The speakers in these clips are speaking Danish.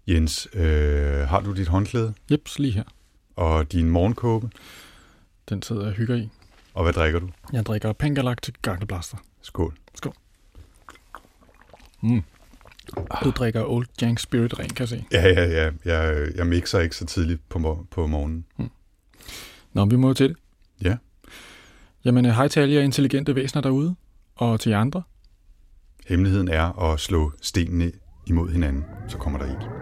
Jens, har du dit håndklæde? Jeps, lige her. Og din morgenkåbe? Den sidder jeg hygger i. Og hvad drikker du? Jeg drikker Pengalactic Gakkelblaster. Skål. Skål. Du drikker Old Jank Spirit ren, kan jeg se. Ja. Jeg mixer ikke så tidligt på morgenen. Nå, vi må jo til det. Ja. Jamen, hej til alle jer intelligente væsener derude, og til jer andre. Hemmeligheden er at slå stenene imod hinanden, så kommer der ild.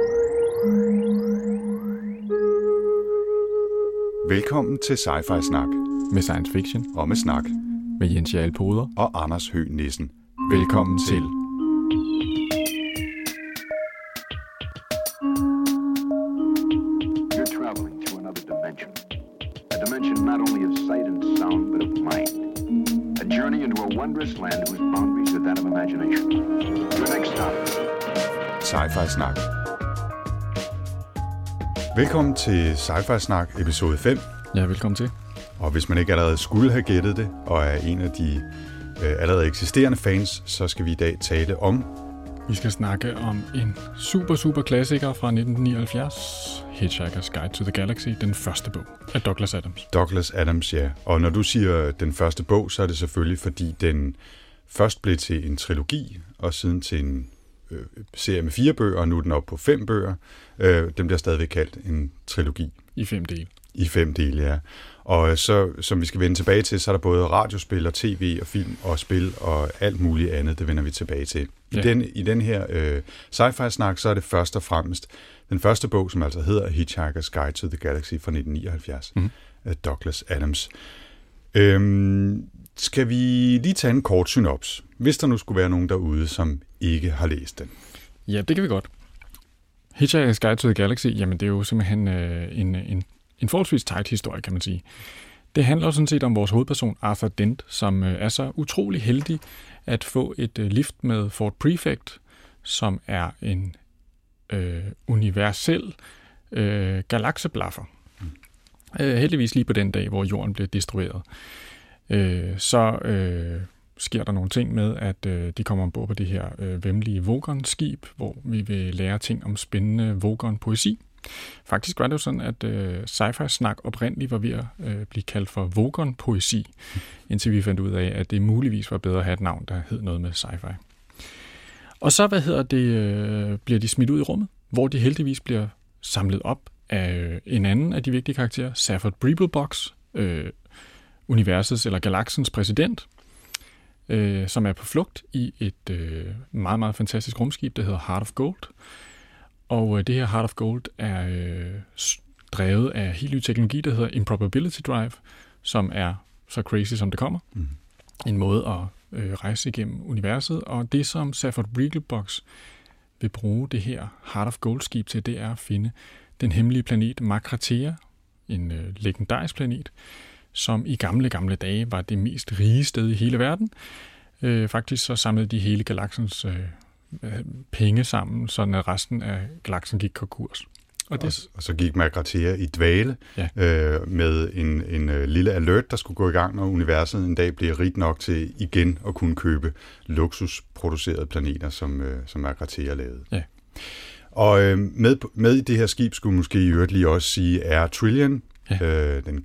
Velkommen til Sci-Fi Snak. Med science fiction. Og med snak. Med Jens Jarl Poder. Og Anders Høgh Nissen. Velkommen til. You're traveling to another dimension. A dimension not only of sight and sound, but of mind. A journey into a wondrous land whose boundaries are that of imagination. Your next stop. Sci-Fi Snak. Velkommen til Sci-Fi Snak, episode 5. Ja, velkommen til. Og hvis man ikke allerede skulle have gættet det, og er en af de allerede eksisterende fans, så skal vi i dag tale om... Vi skal snakke om en super klassiker fra 1979. Hitchhiker's Guide to the Galaxy, den første bog af Douglas Adams. Douglas Adams, ja. Og når du siger den første bog, så er det selvfølgelig, fordi den først blev til en trilogi, og siden til en serie med 4 bøger, og nu er den oppe på 5 bøger. Den bliver stadigvæk kaldt en trilogi. I 5 dele. I 5 dele, ja. Og så, som vi skal vende tilbage til, så er der både radiospil og tv og film og spil og alt muligt andet, det vender vi tilbage til. I den her sci-fi-snak, så er det først og fremmest den første bog, som altså hedder Hitchhiker's Guide to the Galaxy fra 1979 af Douglas Adams. Skal vi lige tage en kort synops, hvis der nu skulle være nogen derude, som ikke har læst den? Ja, det kan vi godt. Hitchhiker's Guide to the Galaxy, jamen det er jo simpelthen en forholdsvis tight historie, kan man sige. Det handler jo sådan set om vores hovedperson, Arthur Dent, som er så utrolig heldig at få et lift med Fort Prefect, som er en universel galakseblaffer. Heldigvis lige på den dag, hvor jorden blev destrueret. Sker der nogle ting med, at de kommer ombord på det her væmmelige Vogon-skib, hvor vi vil lære ting om spændende Vogon-poesi. Faktisk var det jo sådan, at sci-fi-snak oprindeligt var ved at blive kaldt for Vogon-poesi, indtil vi fandt ud af, at det muligvis var bedre at have et navn, der hed noget med sci-fi. Og så, bliver de smidt ud i rummet, hvor de heldigvis bliver samlet op af en anden af de vigtige karakterer, Safford Beeblebox, universets eller galaksens præsident, som er på flugt i et meget, meget fantastisk rumskib, der hedder Heart of Gold. Og det her Heart of Gold er drevet af helt ny teknologi, der hedder Improbability Drive, som er så crazy, som det kommer. En måde at rejse igennem universet. Og det, som Safford Beeblebox vil bruge det her Heart of Gold-skib til, det er at finde den hemmelige planet Makratea, en legendarisk planet, som i gamle dage var det mest rige sted i hele verden. Faktisk så samlede de hele galaksens penge sammen, sådan at resten af galaksen gik konkurs. Og så gik Makratea i dvale med en lille alert, der skulle gå i gang, når universet en dag bliver rigt nok til igen at kunne købe luksusproducerede planeter, som Makratea lavede. Ja. Og med i det her skib skulle måske i øvrigt lige også sige er Trillian, den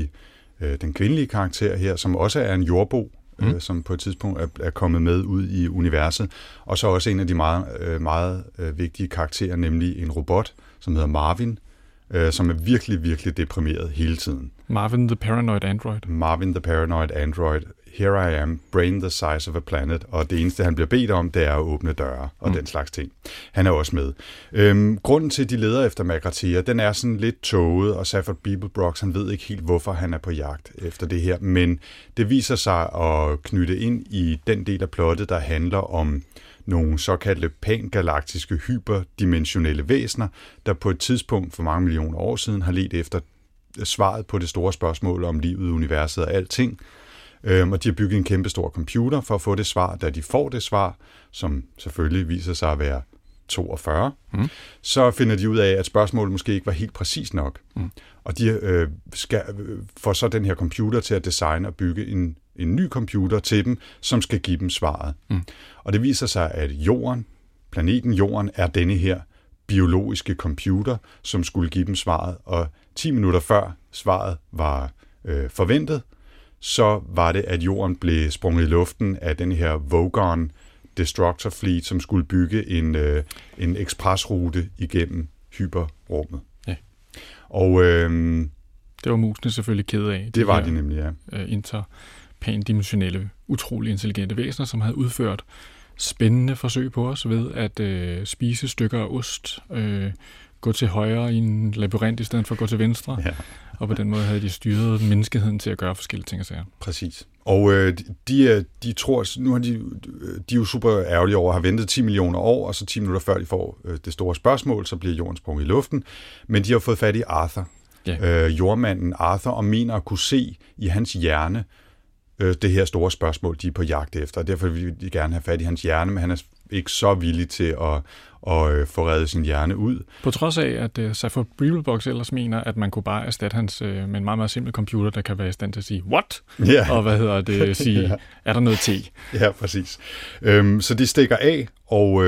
kvindelige karakter her, som også er en jordbo, som på et tidspunkt er kommet med ud i universet. Og så også en af de meget vigtige karakterer, nemlig en robot, som hedder Marvin, som er virkelig deprimeret hele tiden. Marvin the Paranoid Android. Marvin the Paranoid Android. Here I am, brain the size of a planet. Og det eneste, han bliver bedt om, det er at åbne døre og den slags ting. Han er også med. Grunden til, at de leder efter Makratea, den er sådan lidt tåget, og Safford Beeblebox, han ved ikke helt, hvorfor han er på jagt efter det her. Men det viser sig at knytte ind i den del af plottet, der handler om nogle såkaldte pangalaktiske hyperdimensionelle væsener, der på et tidspunkt for mange millioner år siden har ledt efter svaret på det store spørgsmål om livet, universet og alting. Og de har bygget en kæmpe stor computer for at få det svar. Da de får det svar, som selvfølgelig viser sig at være 42, så finder de ud af, at spørgsmålet måske ikke var helt præcis nok. Og de får så den her computer til at designe og bygge en ny computer til dem, som skal give dem svaret. Og det viser sig, at planeten Jorden er denne her biologiske computer, som skulle give dem svaret, og 10 minutter før svaret var forventet, så var det, at jorden blev sprunget i luften af den her Vogon Destructor Fleet, som skulle bygge en ekspresrute igennem hyperrummet. Ja. Og det var musene selvfølgelig kede af. Det var de nemlig, ja. Interpandimensionelle, utrolig intelligente væsener, som havde udført spændende forsøg på os ved at spise stykker af ost, gå til højre i en labyrint i stedet for at gå til venstre. Ja. Og på den måde havde de styret menneskeheden til at gøre forskellige ting og sager. Præcis. Og de tror, nu har de er jo super ærgerlige over at have ventet 10 millioner år, og så 10 minutter før de får det store spørgsmål, så bliver jorden sprunget i luften. Men de har fået fat i Arthur, jordmanden Arthur, og mener at kunne se i hans hjerne det her store spørgsmål, de er på jagt efter. Derfor vil de gerne have fat i hans hjerne, men han er ikke så villig til at få reddet sin hjerne ud. På trods af, at Stafford Beeblebrox ellers mener, at man kunne bare erstatte hans med en meget, meget simpel computer, der kan være i stand til at sige, what? Yeah. Og sige, er der noget te? Ja, præcis. Så de stikker af, og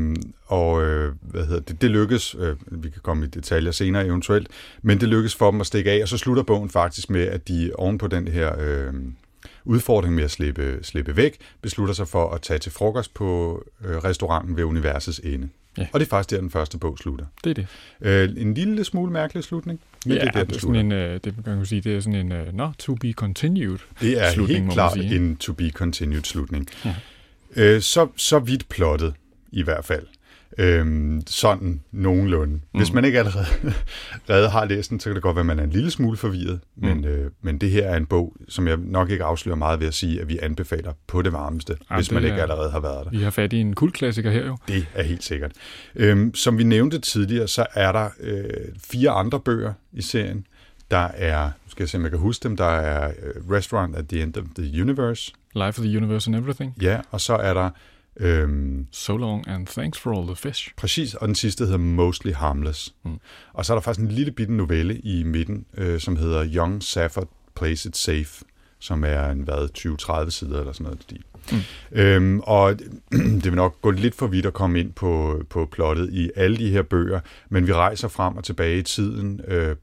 det lykkes, vi kan komme i detaljer senere eventuelt, men det lykkes for dem at stikke af, og så slutter bogen faktisk med, at de oven på den her udfordring med at slippe væk, beslutter sig for at tage til frokost på restauranten ved universets ende. Ja. Og det er faktisk der, den første bog slutter. Det er det. En lille smule mærkelig slutning. Men det er sådan det kan man sige, det er sådan en to be continued slutning. Det er slutning, helt klart en to be continued slutning. Ja. Så vidt plottet i hvert fald. Sådan nogenlunde. Hvis man ikke allerede har læst den, så kan det godt være, at man er en lille smule forvirret, men det her er en bog, som jeg nok ikke afslører meget ved at sige, at vi anbefaler på det varmeste, hvis man ikke allerede har været der. Vi har fat i en kultklassiker her jo. Det er helt sikkert. Som vi nævnte tidligere, så er der 4 andre bøger i serien. Der er, nu skal jeg se, om jeg kan huske dem, der er Restaurant at the End of the Universe. Life of the Universe and Everything. Ja, og så er der So Long and Thanks for All the Fish. Præcis, og den sidste hedder Mostly Harmless. Og så er der faktisk en lille bitte novelle i midten, som hedder Young Stafford Plays It Safe, som er en 20-30 sider eller sådan noget. Og det vil nok gå lidt for vidt at komme ind på plottet i alle de her bøger, men vi rejser frem og tilbage i tiden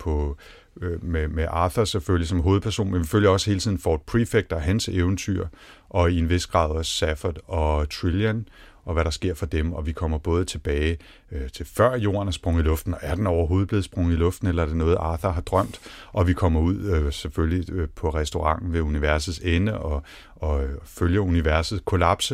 med Arthur selvfølgelig som hovedperson, men vi følger også hele tiden Fort Prefect og hans eventyr, og i en vis grad også Stafford og Trillian, og hvad der sker for dem, og vi kommer både tilbage til før jorden er sprunget i luften, og er den overhovedet blevet sprunget i luften, eller er det noget, Arthur har drømt, og vi kommer ud selvfølgelig på restauranten ved universets ende, og følger universet kollapse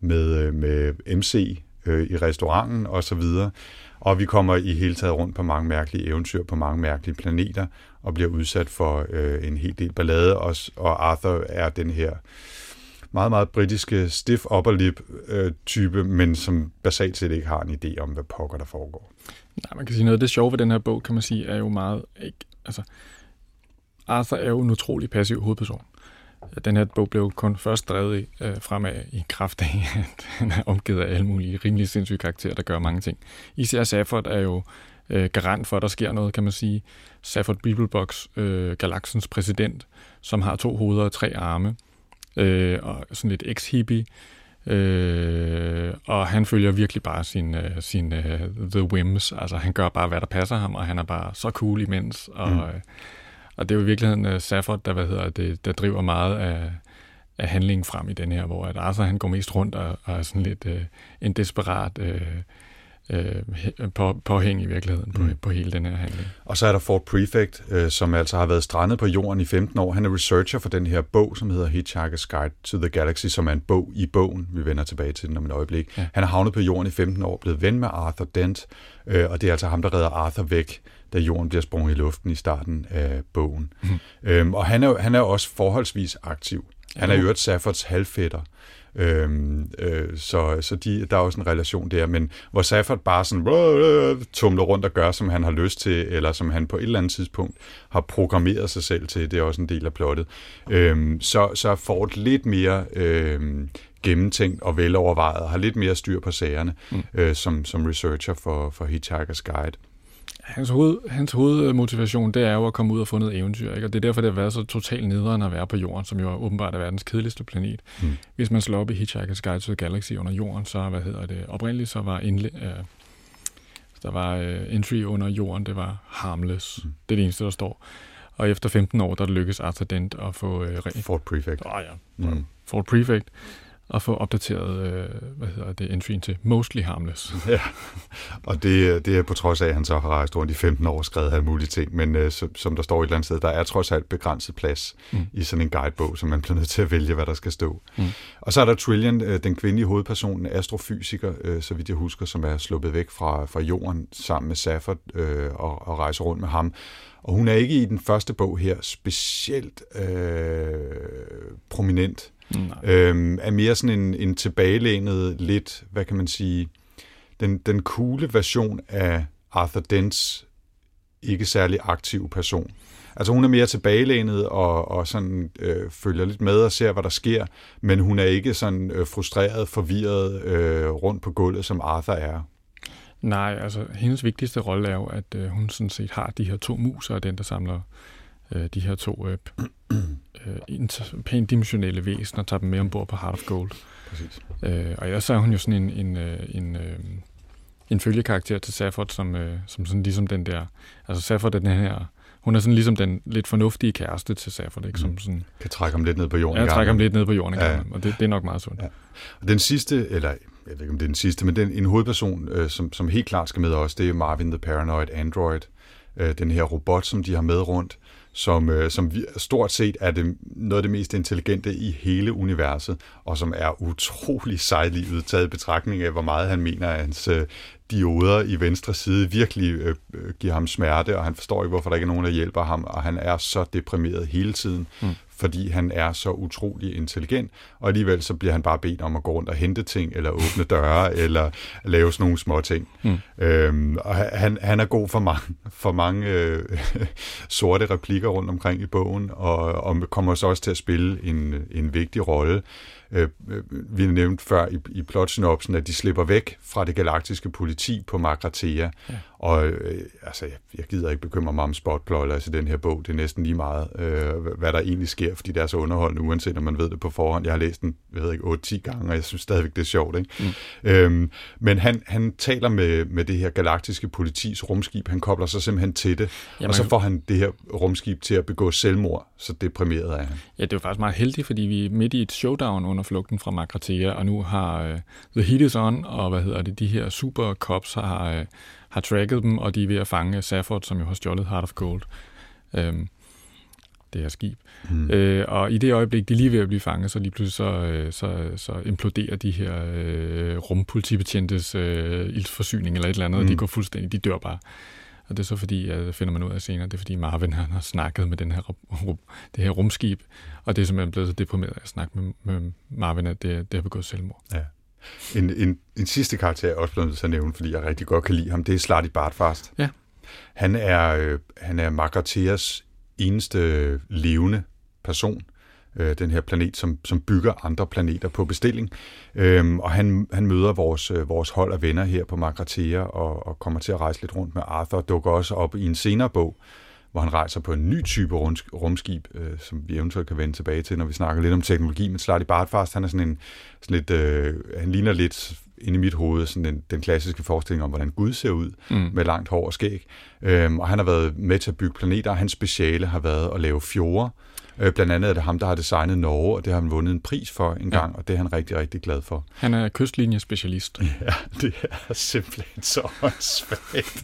med MC i restauranten, og så videre. Og vi kommer i hele taget rundt på mange mærkelige eventyr, på mange mærkelige planeter, og bliver udsat for en hel del ballade, og Arthur er den her meget, meget britiske stiff upper lip type, men som basalt set ikke har en idé om, hvad pokker der foregår. Nej, man kan sige noget af det sjove ved den her bog, kan man sige, er jo meget... Arthur er jo en utrolig passiv hovedperson. Den her bog blev kun først drevet fremad i kraft af, at han er omgivet af alle mulige rimelig sindssyge karakterer, der gør mange ting. Især Stafford er jo garant for, at der sker noget, kan man sige. Stafford Beeblebrox, galaksens præsident, som har 2 hoveder og 3 arme, og sådan lidt ex-hippie, og han følger virkelig bare sin the whims, altså han gør bare, hvad der passer ham, og han er bare så cool imens, og det er jo i virkeligheden Stafford, der driver meget af handlingen frem i den her, hvor at Arthur han går mest rundt og er sådan lidt en desperat påhæng i virkeligheden på hele den her handling. Og så er der Fort Prefect, som altså har været strandet på jorden i 15 år. Han er researcher for den her bog, som hedder Hitchhiker's Guide to the Galaxy, som er en bog i bogen. Vi vender tilbage til den om et øjeblik. Ja. Han er havnet på jorden i 15 år, blevet ven med Arthur Dent, og det er altså ham, der redder Arthur væk, da jorden bliver sprunget i luften i starten af bogen. Og han er også forholdsvis aktiv. Han er jo et Staffords halvfætter. Så der er også en relation der, men hvor Stafford bare sådan tumler rundt og gør, som han har lyst til, eller som han på et eller andet tidspunkt har programmeret sig selv til, det er også en del af plottet, så får det lidt mere gennemtænkt og velovervejet, og har lidt mere styr på sagerne, som researcher for Hitchhiker's Guide. Hans hovedmotivation, det er jo at komme ud og få noget eventyr, ikke? Og det er derfor, det har været så totalt nederen at være på jorden, som jo åbenbart er verdens kedeligste planet. Hvis man slår op i Hitchhiker's Guide to the Galaxy under jorden, så, oprindeligt så var Der var entry under jorden, det var harmless. Det er det eneste, der står. Og efter 15 år, der lykkes Arthur Dent at få... Fort Prefect. Fort Prefect. Og få opdateret, entryen til mostly harmless. Ja, og det er på trods af, at han så har rejst rundt i 15 år og skrevet alle mulige ting, men som der står et eller andet sted, der er trods alt begrænset plads i sådan en guidebog, så man bliver nødt til at vælge, hvad der skal stå. Og så er der Trillian, den kvindelige hovedperson, en astrofysiker, så vidt jeg husker, som er sluppet væk fra jorden sammen med Safford og rejser rundt med ham. Og hun er ikke i den første bog her specielt prominent. Er mere sådan en tilbagelænet, lidt, hvad kan man sige, den coole version af Arthur Dents ikke særlig aktive person. Altså hun er mere tilbagelænet og sådan følger lidt med og ser, hvad der sker, men hun er ikke sådan frustreret, forvirret rundt på gulvet, som Arthur er. Nej, altså hendes vigtigste rolle er jo, at hun sådan set har de her 2 muser, og den, der samler de her 2 pænt dimensionelle væsener, tager dem med ombord på Heart of Gold. Præcis. Og ellers er hun jo sådan en følgekarakter til Safford, som sådan ligesom den der... Altså Safford er den her... Hun er sådan ligesom den lidt fornuftige kæreste til Safford, ikke? Som sådan... Kan trække ham lidt ned på jorden. Ja, trække ham lidt ned på jorden, og det er nok meget sundt. Ja. Og den sidste, eller jeg ved ikke om det er den sidste, men en hovedperson, som helt klart skal med også, det er Marvin the Paranoid Android. Den her robot, som de har med rundt, som stort set er noget af det mest intelligente i hele universet, og som er utrolig sejlivet taget i betragtning af, hvor meget han mener, at hans dioder i venstre side virkelig giver ham smerte, og han forstår ikke, hvorfor der ikke er nogen, der hjælper ham, og han er så deprimeret hele tiden, fordi han er så utrolig intelligent, og alligevel så bliver han bare bedt om at gå rundt og hente ting, eller åbne døre, eller lave sådan nogle små ting. Og han er god for mange sorte replikker rundt omkring i bogen, og kommer så også til at spille en vigtig rolle. Vi nævnte før i plotsynopsen, at de slipper væk fra det galaktiske politi på Magrathea. Ja. Og altså, jeg gider ikke bekymre mig om spotplotter i den her bog. Det er næsten lige meget, hvad der egentlig sker, fordi det er så underholdende, uanset om man ved det på forhånd. Jeg har læst den, 8-10 gange, og jeg synes stadigvæk, det er sjovt. Ikke? Men han taler med det her galaktiske politis rumskib. Han kobler sig simpelthen til det, og så får han det her rumskib til at begå selvmord. Så deprimeret er han. Ja, det er jo faktisk meget heldigt, fordi vi er midt i et showdown under flugten fra Magrathea, og nu har The Heat is On, og de her super cops har tracket dem, og de er ved at fange Safford, som jo har stjålet Heart of Gold. Det her skib. Og i det øjeblik, de er lige ved at blive fanget, så lige pludselig så imploderer de her rumpolitibetjentes ildsforsyning eller et eller andet, og de går fuldstændig, de dør bare. Og det er så fordi, det finder man ud af senere, det er fordi Marvin han har snakket med det her rumskib, og det er simpelthen blevet så deprimeret at snakke med Marvin, at det har begået selvmord. Ja. En sidste karakter er også blevet nødt til at nævne, fordi jeg rigtig godt kan lide ham, det er Slarty Bartfast. Ja. Han er Magratheas eneste levende person, den her planet, som bygger andre planeter på bestilling. Og han møder vores hold af venner her på Magrathea og kommer til at rejse lidt rundt med Arthur, og dukker også op i en senere bog, hvor han rejser på en ny type rumskib, som vi eventuelt kan vende tilbage til, når vi snakker lidt om teknologi. Men Slarty Bartfast, han er han ligner lidt inde i mit hoved sådan den klassiske forestilling om, hvordan Gud ser ud, med langt hår og skæg. Og han har været med til at bygge planeter, og hans speciale har været at lave fjorde. Blandt andet er det ham, der har designet Norge, og det har han vundet en pris for en gang, og det er han rigtig, rigtig glad for. Han er kystlinjespecialist. Ja, det er simpelthen så åndssvagt.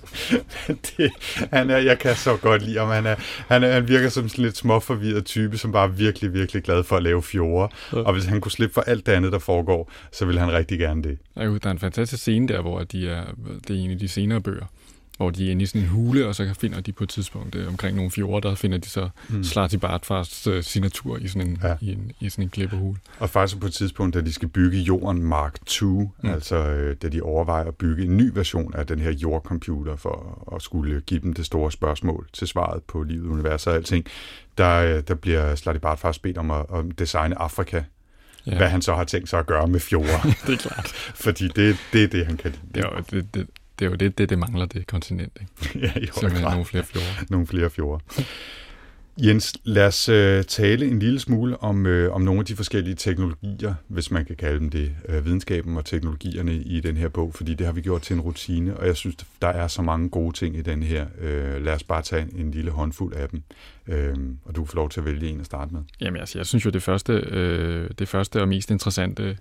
Jeg kan så godt lide ham. Han virker som sådan lidt småforvirret type, som bare er virkelig, virkelig glad for at lave fjorde. Ja. Og hvis han kunne slippe for alt det andet, der foregår, så ville han rigtig gerne det. Ja, der er en fantastisk scene der, hvor det er en af de senere bøger, hvor de er inde i sådan en hule, og så finder de på et tidspunkt omkring nogle fjorde, der finder de så Slarty Bartfasts signatur i sådan en klippehule. Og faktisk på et tidspunkt, da de skal bygge jorden Mark II, altså da de overvejer at bygge en ny version af den her jordcomputer for at skulle give dem det store spørgsmål til svaret på livet, universet og alting, der bliver Slarty Bartfast bedt om at designe Afrika. Ja. Hvad han så har tænkt sig at gøre med fjorde. Det er klart. Fordi det er det, han kan. Det er jo det mangler, det kontinent, ikke? Ja, i høj grad. Nogle flere fjorde. Nogle flere fjorde. Jens, lad os tale en lille smule om nogle af de forskellige teknologier, hvis man kan kalde dem det, videnskaben og teknologierne i den her bog, fordi det har vi gjort til en rutine, og jeg synes, der er så mange gode ting i den her. Lad os bare tage en lille håndfuld af dem, og du får lov til at vælge en at starte med. Jamen altså, jeg synes jo, det første og mest interessante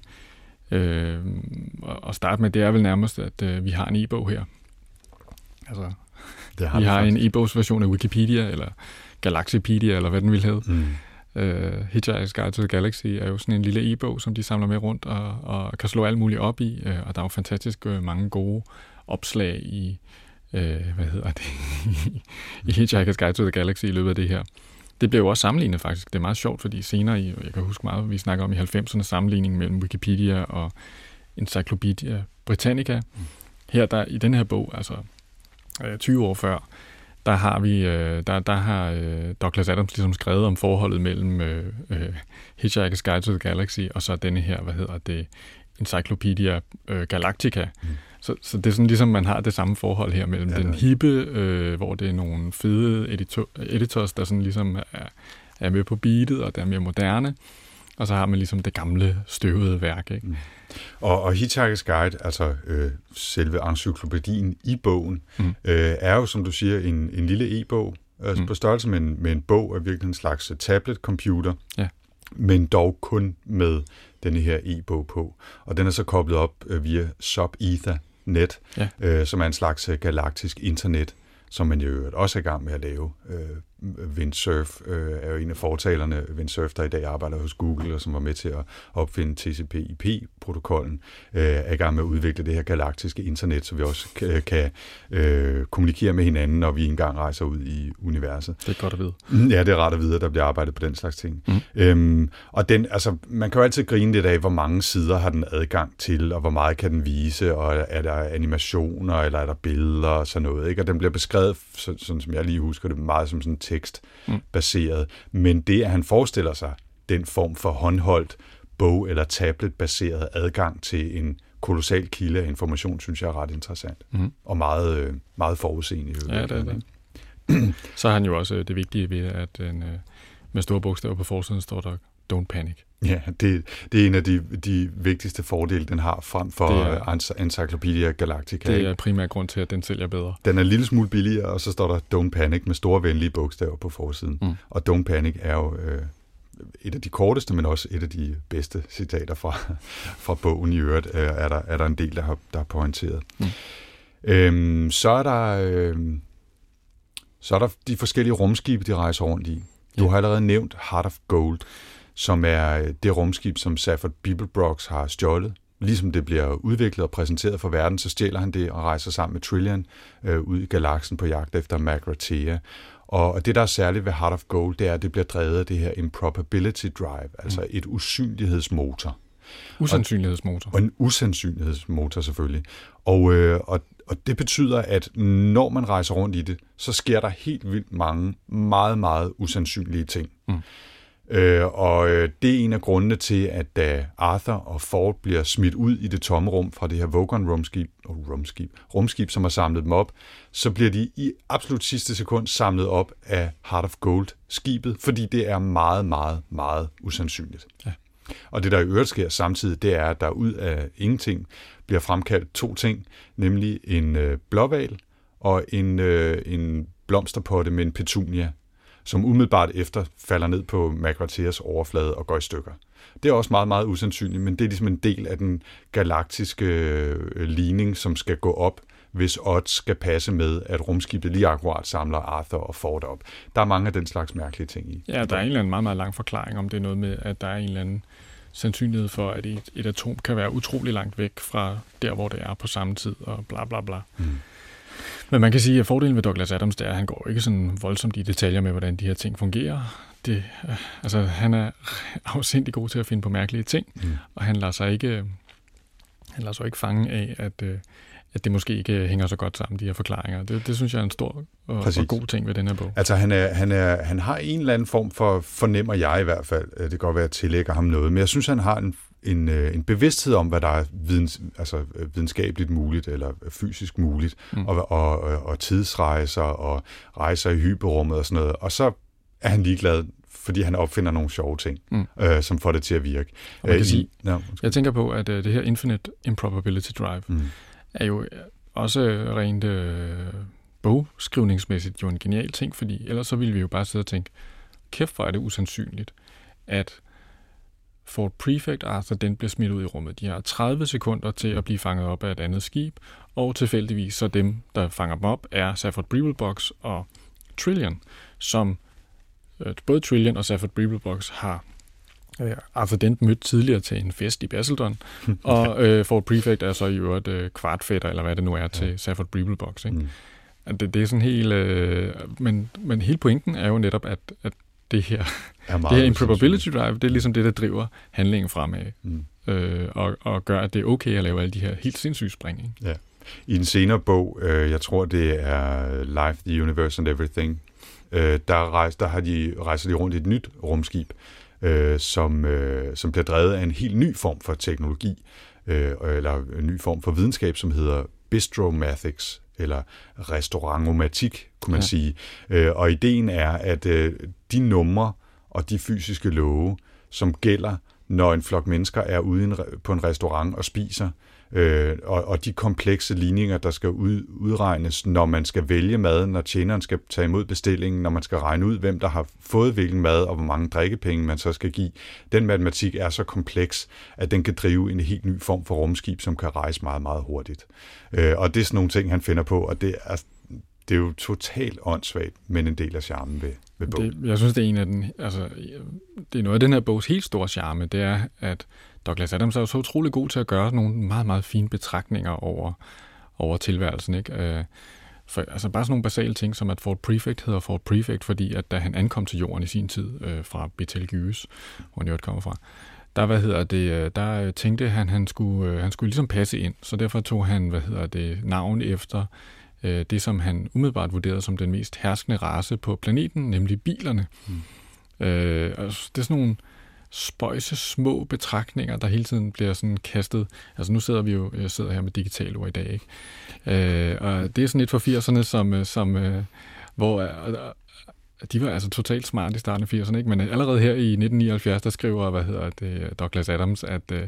at starte med, det er vel nærmest, at vi har en e-bog her. Altså, vi har en e-bogsversion af Wikipedia, eller Galaxypedia, eller hvad den vil hedde. Hitchhiker's Guide to the Galaxy er jo sådan en lille e-bog, som de samler med rundt og kan slå alt muligt op i, og der er jo fantastisk mange gode opslag i i Hitchhiker's Guide to the Galaxy i løbet af det her. Det bliver jo også sammenlignet faktisk. Det er meget sjovt, fordi senere, jeg kan huske meget, vi snakker om i 90'erne, sammenligning mellem Wikipedia og Encyclopedia Britannica. Her der i den her bog, altså 20 år før, der har Douglas Adams ligesom skrevet om forholdet mellem Hitchhiker's Guide to the Galaxy og så denne her, Encyclopedia Galactica. Så det er sådan ligesom, man har det samme forhold her mellem den hippe, hvor det er nogle fede editors, der sådan ligesom er med på beatet, og der er mere moderne, og så har man ligesom det gamle, støvede værk, ikke? Og Hitchhiker's Guide, altså selve encyklopædien i bogen, er jo, som du siger, en lille e-bog, altså på størrelse med en bog, er virkelig en slags tablet-computer, men dog kun med denne her e-bog på. Og den er så koblet op via SubEthernet, som er en slags galaktisk internet, som man jo også er i gang med at lave. Windsurf er jo en af fortalerne. Windsurf, der i dag arbejder hos Google, og som var med til at opfinde TCP/IP-protokollen, er i gang med at udvikle det her galaktiske internet, så vi også kan kommunikere med hinanden, når vi engang rejser ud i universet. Det er godt at vide. Ja, det er rart at vide, at der bliver arbejdet på den slags ting. Og den, altså, man kan jo altid grine lidt af, hvor mange sider har den adgang til, og hvor meget kan den vise, og er der animationer, eller er der billeder, og sådan noget, ikke? Og den bliver beskrevet, sådan som jeg lige husker det, meget som sådan tekstbaseret, men det, at han forestiller sig den form for håndholdt bog- eller tablet-baseret adgang til en kolossal kilde af information, synes jeg er ret interessant, og meget, meget forudseende. Ja, det er det. Så har han jo også det vigtige ved, at med store bogstaver på forsiden står der Don't Panic. Ja, det er en af de vigtigste fordele, den har frem for Encyclopedia Galactica. Det er primært grund til, at den sælger bedre. Den er en lille smule billigere, og så står der Don't Panic med store venlige bogstaver på forsiden. Og Don't Panic er jo et af de korteste, men også et af de bedste citater fra bogen i øvrigt, er der en del, der har pointeret. Så er der de forskellige rumskibe, de rejser rundt i. Du har allerede nævnt Heart of Gold, som er det rumskib, som Stafford Beeblebrox har stjålet. Ligesom det bliver udviklet og præsenteret for verden, så stjæler han det og rejser sammen med Trillian ud i galaksen på jagt efter Magrathea. Og det, der er særligt ved Heart of Gold, det er, at det bliver drevet af det her improbability drive, altså et usandsynlighedsmotor. Usandsynlighedsmotor. Og en usandsynlighedsmotor selvfølgelig. Og det betyder, at når man rejser rundt i det, så sker der helt vildt mange meget, meget usandsynlige ting. Og det er en af grundene til, at da Arthur og Ford bliver smidt ud i det tomme rum fra det her rumskib, som har samlet dem op, så bliver de i absolut sidste sekund samlet op af Heart of Gold-skibet, fordi det er meget, meget, meget usandsynligt. Ja. Og det, der i øvrigt sker samtidig, det er, at der ud af ingenting bliver fremkaldt 2 ting, nemlig en blåhval og en blomsterpotte med en petunia, som umiddelbart efter falder ned på Magratheas overflade og går i stykker. Det er også meget, meget usandsynligt, men det er ligesom en del af den galaktiske ligning, som skal gå op, hvis odds skal passe med, at rumskibet lige akkurat samler Arthur og Ford op. Der er mange af den slags mærkelige ting i. Ja, der er en eller anden meget, meget lang forklaring om det er noget med, at der er en eller anden sandsynlighed for, at et atom kan være utrolig langt væk fra der, hvor det er på samme tid, og bla bla bla. Men man kan sige, at fordelen ved Douglas Adams, det er, at han går ikke sådan voldsomt i detaljer med, hvordan de her ting fungerer. Han er afsindig god til at finde på mærkelige ting, og han lader sig ikke fange af, at det måske ikke hænger så godt sammen, de her forklaringer. Det synes jeg er en stor og god ting ved den her bog. Altså han har en eller anden form for, fornemmer jeg i hvert fald, det kan godt være, at jeg tillægger ham noget, men jeg synes, han har en bevidsthed om, hvad der er videnskabeligt muligt, eller fysisk muligt, og tidsrejser, og rejser i hyperrummet og sådan noget. Og så er han ligeglad, fordi han opfinder nogle sjove ting, som får det til at virke. Jeg tænker på, at det her Infinite Improbability Drive er jo også rent bogskrivningsmæssigt jo en genial ting, fordi ellers så ville vi jo bare sidde og tænke, kæft hvor er det usandsynligt, at Fort Prefect Arthur den bliver smidt ud i rummet. De har 30 sekunder til at blive fanget op af et andet skib, og tilfældigvis så dem, der fanger dem op, er Safford Beeblebox og Trillian, som både Trillian og Safford Beeblebox har Arthur Dent mødt tidligere til en fest i Basildon, og Fort Prefect er så i øvrigt kvartfætter, eller hvad det nu er, til Safford Beeblebox. Ikke? Det er sådan helt... men hele pointen er jo netop, at det her Improbability Drive, det er ligesom det, der driver handlingen fremad, og gør, at det er okay at lave alle de her helt sindssyge spring. Ikke? Ja. I en senere bog, jeg tror, det er Life, the Universe and Everything, der rejser de rundt i et nyt rumskib, som bliver drevet af en helt ny form for teknologi, eller en ny form for videnskab, som hedder Bistromatics, eller restaurantomatik, kunne man sige. Og ideen er, at de numre og de fysiske love, som gælder, når en flok mennesker er ude på en restaurant og spiser, og de komplekse ligninger, der skal udregnes, når man skal vælge mad, når tjeneren skal tage imod bestillingen, når man skal regne ud, hvem der har fået hvilken mad, og hvor mange drikkepenge man så skal give. Den matematik er så kompleks, at den kan drive en helt ny form for rumskib, som kan rejse meget, meget hurtigt. Og det er sådan nogle ting, han finder på, og det er jo totalt åndssvagt, men en del af charmen ved bogen. Jeg synes, det er en af det er noget af den her bogs helt store charme, det er, at Douglas Adams er jo så utrolig god til at gøre nogle meget, meget fine betragtninger over tilværelsen. Ikke? For, altså bare sådan nogle basale ting, som at Fort Prefect hedder Fort Prefect, fordi at da han ankom til jorden i sin tid fra Betelgeuse, hvor han jo kommer fra, der tænkte han skulle ligesom passe ind, så derfor tog han, navn efter det, som han umiddelbart vurderede som den mest herskende race på planeten, nemlig bilerne. Altså, det er sådan nogle spøjse små betragtninger, der hele tiden bliver sådan kastet. Altså nu sidder jeg sidder her med digitale ord i dag, ikke? Og det er sådan lidt for 80'erne, hvor de var altså totalt smart i starten af 80'erne, ikke? Men allerede her i 1979, der skriver, Douglas Adams,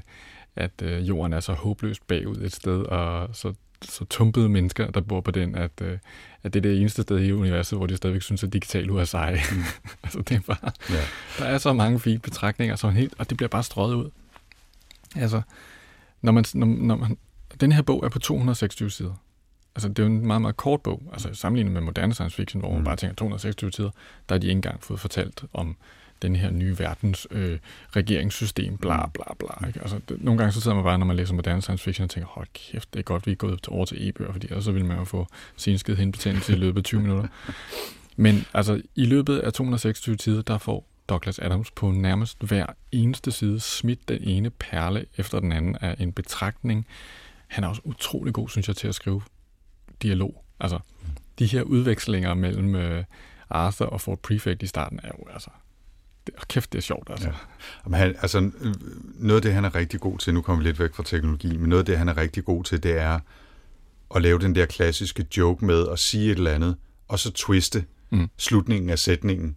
at jorden er så håbløst bagud et sted, og så tumpede mennesker, der bor på den, at det er det eneste sted i universet, hvor de stadigvæk synes, at digital ud er seje. Altså, det er bare... Ja. Der er så mange fine betragtninger, og det bliver bare strøget ud. Altså, når man den her bog er på 226 sider. Altså, det er jo en meget, meget kort bog. Altså, sammenlignet med moderne science fiction, hvor man bare tænker 226 sider, der har de ikke engang fået fortalt om den her nye verdens regeringssystem, bla bla bla. Ikke? Altså, nogle gange så sidder man bare, når man læser moderne science fiction, og tænker, hold kæft, det er godt, vi er gået over til e-bøger, fordi ellers så vil man jo få sensked hindbetændelse i løbet af 20 minutter. Men altså, i løbet af 226 sider, der får Douglas Adams på nærmest hver eneste side smidt den ene perle efter den anden af en betragtning. Han er også utrolig god, synes jeg, til at skrive dialog. Altså, de her udvekslinger mellem Arthur og Fort Prefect i starten er jo altså... Kæft, det er sjovt, altså. Ja. Noget af det, han er rigtig god til, nu kommer vi lidt væk fra teknologi, men noget af det, han er rigtig god til, det er at lave den der klassiske joke med at sige et eller andet, og så twiste slutningen af sætningen,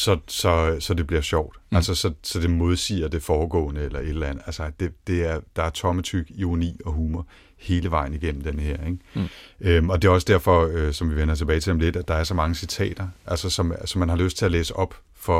så det bliver sjovt. Altså, så det modsiger det foregående eller et eller andet. Altså, der er tommetyk, ironi og humor hele vejen igennem den her. Ikke? Og det er også derfor, som vi vender tilbage til om lidt, at der er så mange citater, altså, som man har lyst til at læse op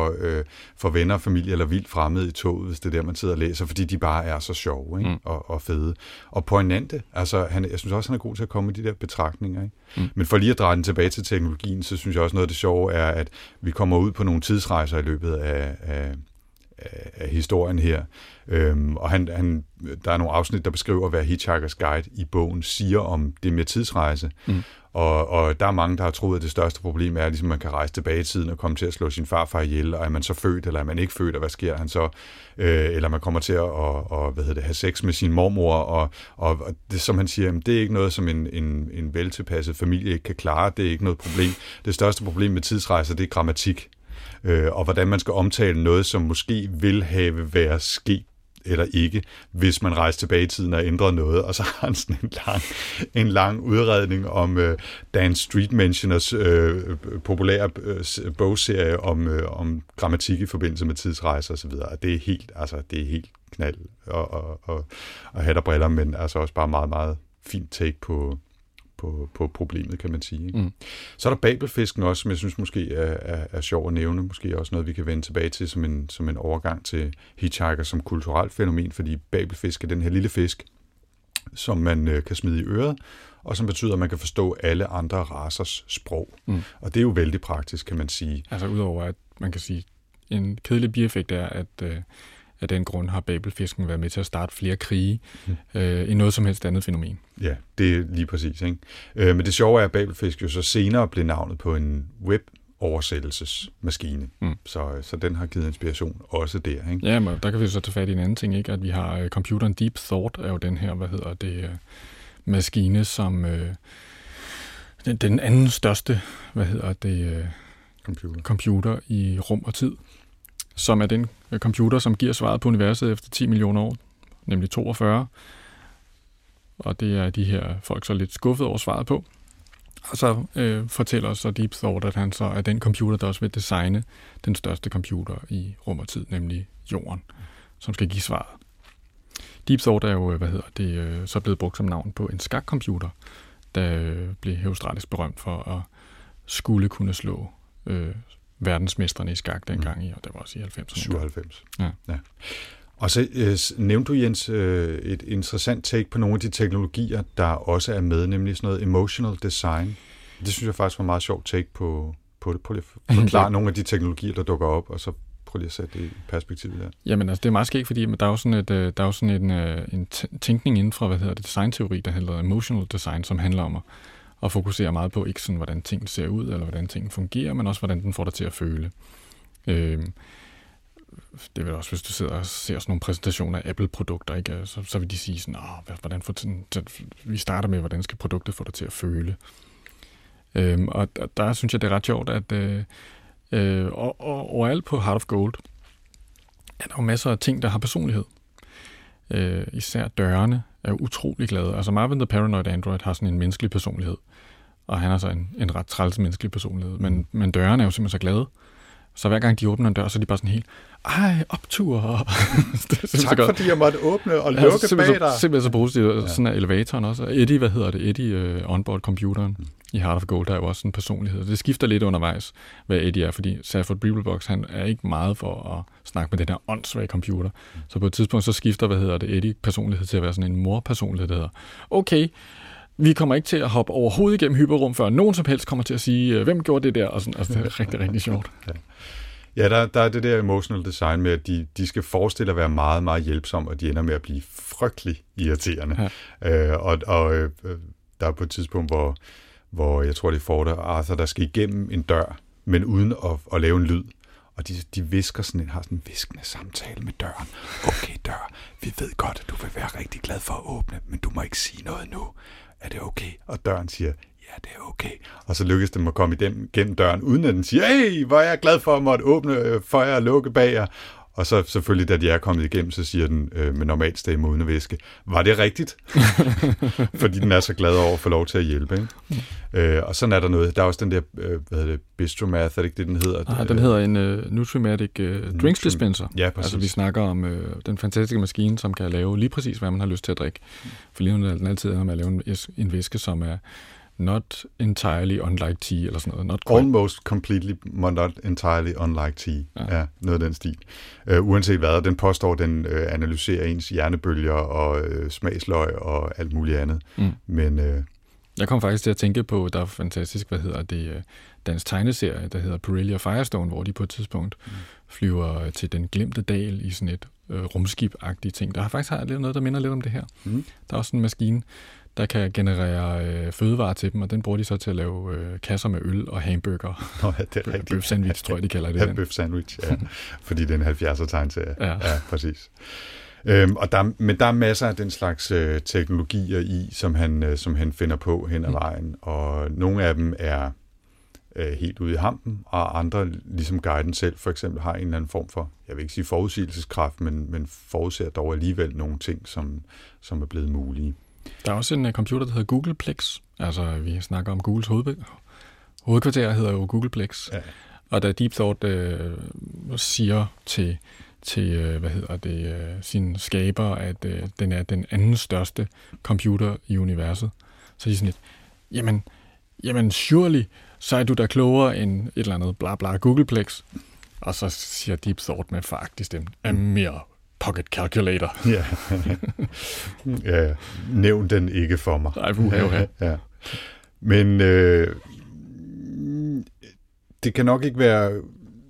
for venner, familie eller vildt fremmede i toget, hvis det er der, man sidder og læser, fordi de bare er så sjove, ikke? Og fede. Og poignante, altså jeg synes også, han er god til at komme med de der betragtninger. Ikke? Men for lige at dreje den tilbage til teknologien, så synes jeg også noget af det sjove er, at vi kommer ud på nogle tidsrejser i løbet af historien her. Og der er nogle afsnit, der beskriver, hvad Hitchhiker's Guide i bogen siger om det med tidsrejse. Og der er mange, der har troet, at det største problem er, ligesom man kan rejse tilbage i tiden og komme til at slå sin farfar ihjel, og er man så født, eller er man ikke født, og hvad sker han så? Eller man kommer til at have sex med sin mormor, og det, som han siger, det er ikke noget, som en veltilpasset familie ikke kan klare, det er ikke noget problem. Det største problem med tidsrejser, det er grammatik. Og hvordan man skal omtale noget, som måske vil have været sket eller ikke, hvis man rejser tilbage i tiden og ændrer noget, og så har han sådan en lang udredning om Dan Streetmentioners populære bogserie om grammatik i forbindelse med tidsrejser osv. Det er helt knald og hat og briller, men altså også bare meget, meget fint take på problemet, kan man sige. Ikke? Mm. Så er der babelfisken også, som jeg synes måske er sjov at nævne. Måske også noget, vi kan vende tilbage til som en overgang til hitchhiker som kulturelt fænomen, fordi babelfisk er den her lille fisk, som man kan smide i øret, og som betyder, at man kan forstå alle andre racers sprog. Mm. Og det er jo vældig praktisk, kan man sige. Altså udover, at man kan sige, en kedelig bieffekt er, at af den grund har babelfisken været med til at starte flere krige i noget som helst andet fænomen. Ja, det er lige præcis. Ikke? Men det sjove er, at babelfisk jo så senere blev navnet på en web-oversættelsesmaskine. Mm. Så den har givet inspiration også der. Ikke? Ja, men der kan vi så tage fat i en anden ting, ikke? At vi har computeren Deep Thought, er jo den her, maskine, som den anden største, computer i rum og tid, som er den computer, som giver svaret på universet efter 10 millioner år, nemlig 42. Og det er de her folk så lidt skuffet over svaret på. Og så fortæller så Deep Thought, at han så er den computer, der også vil designe den største computer i rum og tid, nemlig Jorden, som skal give svaret. Deep Thought er jo, så blevet brugt som navn på en skakcomputer, der blev herostratisk berømt for at skulle kunne slå verdensmestrene i skak dengang i, og det var også i 90'erne. 97. Ja. Og så nævnte du, Jens, et interessant take på nogle af de teknologier, der også er med, nemlig sådan noget emotional design. Det synes jeg faktisk var meget sjovt take på det. Prøv lige at forklare nogle af de teknologier, der dukker op, og så prøv lige at sætte det i perspektiv der. Jamen altså, det er meget skægt, fordi der er jo sådan en tænkning inden fra, designteori, der hedder emotional design, som handler om at fokusere meget på, ikke sådan, hvordan tingene ser ud, eller hvordan tingene fungerer, men også, hvordan den får dig til at føle. Det vil også, hvis du sidder og ser sådan nogle præsentationer af Apple-produkter, ikke? Så vil de sige sådan, vi starter med, hvordan skal produktet få dig til at føle. Og der synes jeg, det er ret sjovt, at overalt på Heart of Gold er der jo masser af ting, der har personlighed. Især dørene er utrolig glade. Altså Marvin the Paranoid Android har sådan en menneskelig personlighed, og han har så en ret træls menneskelig personlighed. Men dørene er jo simpelthen så glade. Så hver gang de åbner en dør, så er de bare sådan helt, optur. Tak fordi jeg måtte åbne og lukke bag dig. Simpelthen så positivt. Ja. Sådan er elevatoren også. Eddie onboard-computeren i Heart of Gold, der er jo også en personlighed. Det skifter lidt undervejs, hvad Eddie er, fordi Safford Beeblebox, han er ikke meget for at snakke med den her åndssvage computer. Så på et tidspunkt, så skifter, Eddie personlighed til at være sådan en morpersonlighed, der hedder, okay, vi kommer ikke til at hoppe overhovedet igennem hyperrum, før nogen som helst kommer til at sige, hvem gjorde det der? Og sådan, altså, det er rigtig, rigtig sjovt. Ja, der er det der emotional design med, at de skal forestille at være meget, meget hjælpsomme, og de ender med at blive frygtelig irriterende. Ja. Der er på et tidspunkt, hvor jeg tror, det er Arthur, der skal igennem en dør, men uden at lave en lyd. Og de visker har sådan en viskende samtale med døren. Okay, dør, vi ved godt, at du vil være rigtig glad for at åbne, men du må ikke sige noget nu. Er det okay? Og døren siger, ja, det er okay. Og så lykkes det at komme gennem døren, uden at den siger, hey, hvor er jeg glad for at måtte åbne for jer og lukke bag jer. Og så selvfølgelig, da de er kommet igennem, så siger den med normal stemme uden at viske, var det rigtigt? Fordi den er så glad over at få lov til at hjælpe. Ikke? Og sådan er der noget. Der er også den der, Bistromath, er det ikke det, den hedder? Den hedder en Nutrimatic drinks dispenser. Ja, præcis. Altså vi snakker om den fantastiske maskine, som kan lave lige præcis, hvad man har lyst til at drikke. For lige nu er den altid med at lave en væske, som er not entirely unlike tea, eller sådan noget. Almost completely not entirely unlike tea. Ja, noget af den stil. Uanset hvad, den påstår, den analyserer ens hjernebølger og smagsløg og alt muligt andet. Men jeg kom faktisk til at tænke på, der er fantastisk, dansk tegneserie, der hedder Pirelli og Firestone, hvor de på et tidspunkt flyver til den glemte dal i sådan et rumskib-agtigt ting. Der har faktisk noget, der minder lidt om det her. Der er også en maskine, der kan generere fødevarer til dem, og den bruger de så til at lave kasser med øl og hamburger. Nå, ja, det er rigtigt. Bøf sandwich, tror jeg, de kalder det. Ja, bøf sandwich, ja. Fordi det er en 70'er tegneserie. Ja, præcis. Men der er masser af den slags teknologier i, som han finder på hen ad vejen, og nogle af dem er helt ude i hampen, og andre, ligesom guiden selv, for eksempel har en eller anden form for, jeg vil ikke sige forudsigelseskraft, men forudser dog alligevel nogle ting, som er blevet mulige. Der er også en computer, der hedder Googleplex. Altså, vi snakker om Googles hovedkvarter, hedder jo Googleplex. Ja. Og da Deep Thought siger til sine skaber, at den er den anden største computer i universet, så er de sådan lidt, jamen surely, så er du da klogere end et eller andet bla bla Googleplex. Og så siger Deep Thought med faktisk stemmen, a mere pocket calculator. Ja. Ja, nævn den ikke for mig. Nej, ja. Men det kan nok ikke være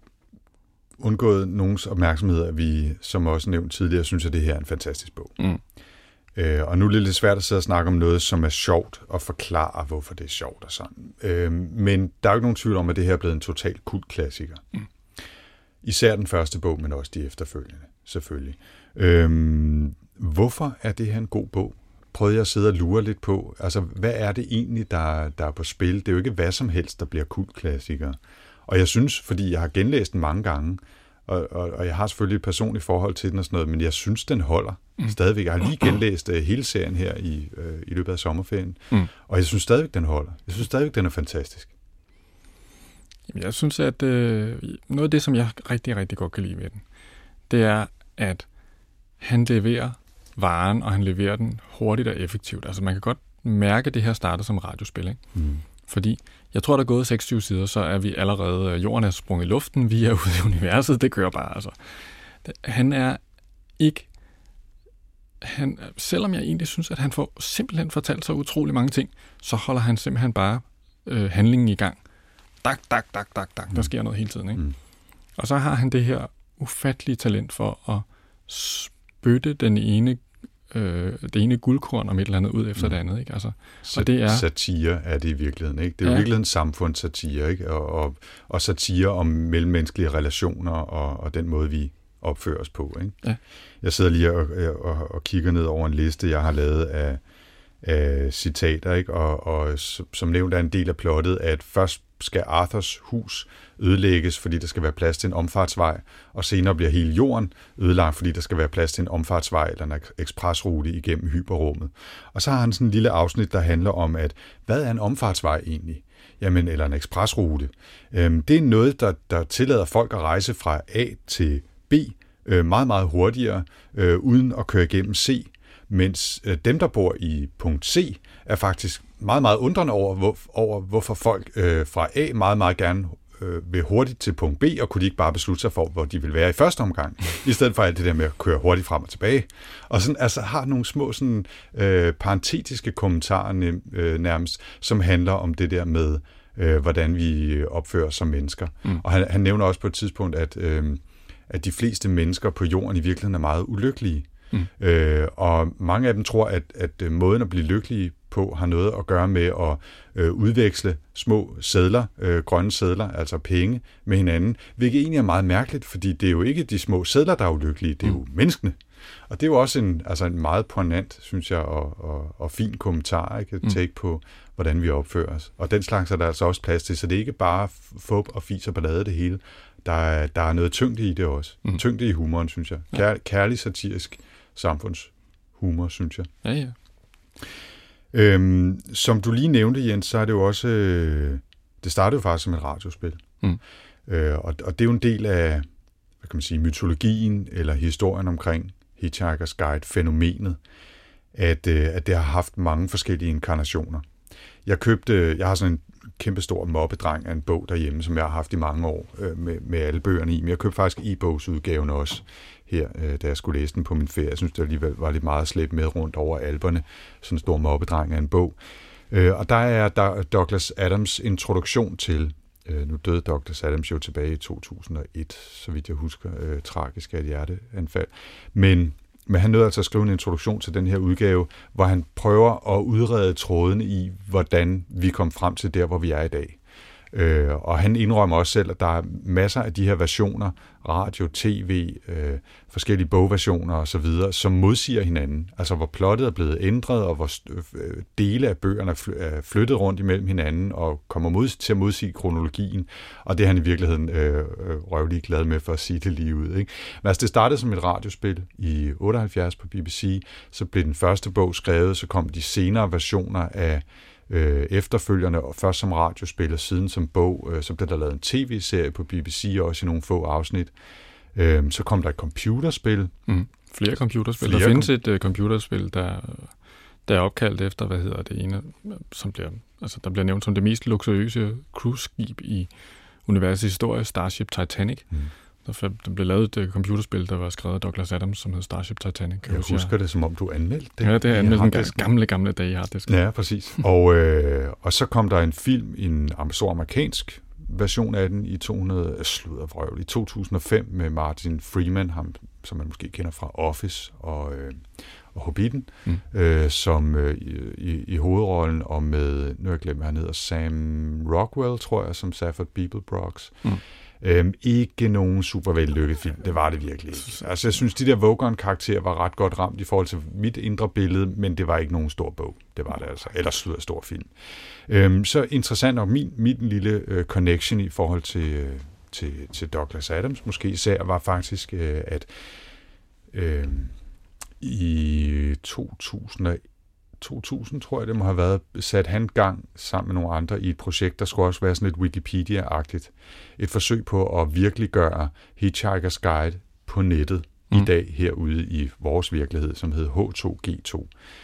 undgået nogens opmærksomhed, at vi, som også nævnt tidligere, synes, at det her er en fantastisk bog. Og nu er det lidt svært at sidde og snakke om noget, som er sjovt, og forklare, hvorfor det er sjovt og sådan. Men der er jo ikke nogen tvivl om, at det her er blevet en total kultklassiker. Især den første bog, men også de efterfølgende, selvfølgelig. Hvorfor er det her en god bog? Prøvede jeg at sidde og lure lidt på. Altså, hvad er det egentlig, der er på spil? Det er jo ikke hvad som helst, der bliver kultklassikere. Og jeg synes, fordi jeg har genlæst den mange gange, og jeg har selvfølgelig et personligt forhold til den og sådan noget, men jeg synes, den holder stadigvæk. Jeg har lige genlæst hele serien her i løbet af sommerferien, og jeg synes stadigvæk, den holder. Jeg synes stadigvæk, den er fantastisk. Jeg synes, at noget af det, som jeg rigtig, rigtig godt kan lide ved den, det er, at han leverer varen, og han leverer den hurtigt og effektivt. Altså man kan godt mærke, at det her starter som radiospil, ikke? Fordi jeg tror, der er gået 26 sider, så er vi allerede, jorden er sprunget i luften, vi er ude i universet, det kører bare. Altså. Han er ikke, selvom jeg egentlig synes, at han får simpelthen fortalt så utrolig mange ting, så holder han simpelthen bare handlingen i gang. Dak. Der sker noget hele tiden, ikke? Og så har han det her ufattelige talent for at spytte det ene guldkorn om et eller andet ud efter det andet, ikke? Altså, og det er satire er det i virkeligheden, ikke? Det er jo i virkeligheden samfundssatire, ikke? Og satire om mellemmenneskelige relationer og den måde, vi opfører os på, ikke? Ja. Jeg sidder lige og kigger ned over en liste, jeg har lavet af citater, ikke? Og som nævnt er en del af plottet, at først skal Arthurs hus ødelægges, fordi der skal være plads til en omfartsvej, og senere bliver hele jorden ødelagt, fordi der skal være plads til en omfartsvej eller en ekspresrute igennem hyperrummet. Og så har han sådan en lille afsnit, der handler om, at hvad er en omfartsvej egentlig? Jamen, eller en ekspresrute. Det er noget, der tillader folk at rejse fra A til B meget, meget hurtigere, uden at køre igennem C, mens dem, der bor i punkt C, er faktisk meget, meget undrende over hvorfor folk fra A meget, meget gerne vil hurtigt til punkt B, og kunne de ikke bare beslutte sig for, hvor de vil være i første omgang, i stedet for alt det der med at køre hurtigt frem og tilbage. Og sådan, altså har nogle små sådan, parentetiske kommentarer nærmest, som handler om det der med, hvordan vi opfører os som mennesker. Og han nævner også på et tidspunkt, at de fleste mennesker på jorden i virkeligheden er meget ulykkelige. Og mange af dem tror, at måden at blive lykkelige på har noget at gøre med at udveksle små sedler, grønne sedler, altså penge, med hinanden, hvilket egentlig er meget mærkeligt, fordi det er jo ikke de små sedler, der er ulykkelige, det er jo menneskene. Og det er jo også en meget poignant, synes jeg, og fin kommentar, ikke? Take på, hvordan vi opfører os. Og den slags er der altså også plads til, så det er ikke bare fup og fis og ballade det hele. Der er noget tyngde i det også. Tyngde i humoren, synes jeg. Kærlig satirisk samfundshumor, synes jeg. Ja. Som du lige nævnte, Jens, så er det jo også... det startede jo faktisk som et radiospil. Og det er jo en del af, hvad kan man sige, mytologien eller historien omkring Hitchhiker's Guide-fænomenet, at det har haft mange forskellige inkarnationer. Jeg har sådan en kæmpestor mobbedreng af en bog derhjemme, som jeg har haft i mange år med alle bøgerne i. Men jeg købte faktisk e-bogsudgaven også her, da jeg skulle læse den på min ferie. Jeg synes, det alligevel var lidt meget at slæbe med rundt over Alperne. Sådan en stor mobbedreng af en bog. Og der er Douglas Adams' introduktion til, nu døde Douglas Adams jo tilbage i 2001, så vidt jeg husker, tragisk af et hjerteanfald. Men han nåede altså at skrive en introduktion til den her udgave, hvor han prøver at udrede trådene i, hvordan vi kom frem til der, hvor vi er i dag. Og han indrømmer også selv, at der er masser af de her versioner, radio, tv, forskellige bogversioner osv., som modsiger hinanden. Altså hvor plottet er blevet ændret, og hvor dele af bøgerne er flyttet rundt imellem hinanden, og kommer til at modsige kronologien. Og det er han i virkeligheden røvlig glad med, for at sige det lige ud. Ikke? Men altså det startede som et radiospil i 78 på BBC, så blev den første bog skrevet, så kom de senere versioner af efterfølgerne, og først som radiospil og siden som bog, så blev der lavet en tv-serie på BBC, også i nogle få afsnit. Så kom der et computerspil. Flere computerspil. Der findes et computerspil, der er opkaldt efter, der bliver nævnt som det mest luksuriøse cruiseskib i universets historie, Starship Titanic. Der blev lavet et computerspil, der var skrevet af Douglas Adams, som hed Starship Titanic. Jeg husker det, som om du anmeldte det. Ja, det er anmeldt en gamle dage i harddisken. Ja, præcis. Og så kom der en film, en stor amerikansk version af den i 2005 med Martin Freeman, ham, som man måske kender fra Office og Hobbiten, som i hovedrollen, og med, nu har jeg glemt, hvad han hedder, Sam Rockwell, tror jeg, som Stafford Beeblebrox. Ikke nogen super vellykket film. Det var det virkelig ikke. Altså, jeg synes, de der Vogon-karakterer var ret godt ramt i forhold til mit indre billede, men det var ikke nogen stor bog. Det var det altså. Eller stor film. Så interessant nok min lille connection i forhold til Douglas Adams, måske især, var faktisk, at i 2000, tror jeg, det må have været, sat han gang sammen med nogle andre i et projekt, der skulle også være sådan et Wikipedia-agtigt. Et forsøg på at virkeliggøre Hitchhiker's Guide på nettet i dag herude i vores virkelighed, som hed H2G2.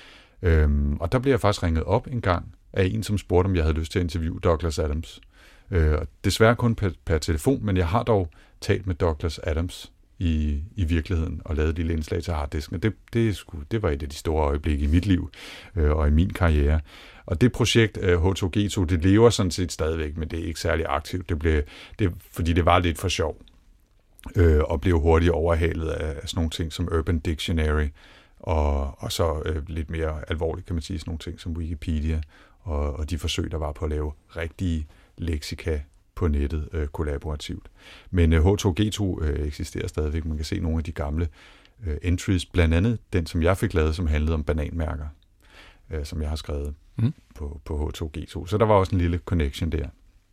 Og der blev jeg faktisk ringet op en gang af en, som spurgte, om jeg havde lyst til at interviewe Douglas Adams. Desværre kun per telefon, men jeg har dog talt med Douglas Adams i virkeligheden, og lavet et lille indslag til harddisken. Det var et af de store øjeblikke i mit liv og i min karriere. Og det projekt H2G2, det lever sådan set stadigvæk, men det er ikke særlig aktivt. Fordi det var lidt for sjov, og blev hurtigt overhalet af sådan nogle ting som Urban Dictionary, og så lidt mere alvorligt, kan man sige, sådan nogle ting som Wikipedia, og de forsøg, der var på at lave rigtige leksika på nettet kollaborativt. Men H2G2 eksisterer stadigvæk. Man kan se nogle af de gamle entries, blandt andet den, som jeg fik lavet, som handlede om bananmærker, som jeg har skrevet på H2G2. Så der var også en lille connection der.